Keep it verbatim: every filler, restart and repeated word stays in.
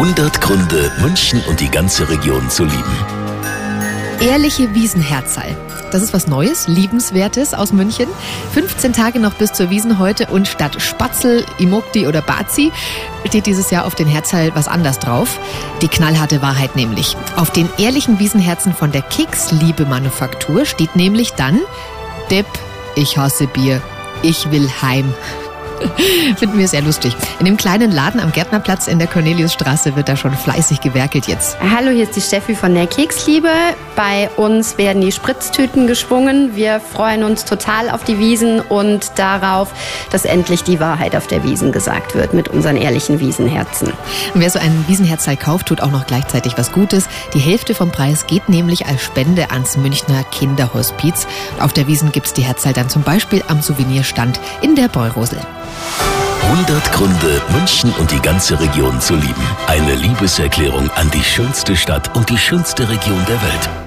hundert Gründe, München und die ganze Region zu lieben. Ehrliche Wiesenherzal. Das ist was Neues, Liebenswertes aus München. fünfzehn Tage noch bis zur Wiesn heute und statt Spatzel, Imokti oder Bazi steht dieses Jahr auf den Herzal was anders drauf. Die knallharte Wahrheit nämlich. Auf den ehrlichen Wiesenherzen von der Keksliebe-Manufaktur steht nämlich dann: Depp, ich hasse Bier, ich will heim. Finden wir sehr lustig. In dem kleinen Laden am Gärtnerplatz in der Corneliusstraße wird da schon fleißig gewerkelt jetzt. Hallo, hier ist die Steffi von der Keksliebe. Bei uns werden die Spritztüten geschwungen. Wir freuen uns total auf die Wiesn und darauf, dass endlich die Wahrheit auf der Wiesn gesagt wird mit unseren ehrlichen Wiesenherzen. Und wer so einen Wiesenherzal kauft, tut auch noch gleichzeitig was Gutes. Die Hälfte vom Preis geht nämlich als Spende ans Münchner Kinderhospiz. Auf der Wiesn gibt's die Herzal dann zum Beispiel am Souvenirstand in der Bräurosel. hundert Gründe, München und die ganze Region zu lieben. Eine Liebeserklärung an die schönste Stadt und die schönste Region der Welt.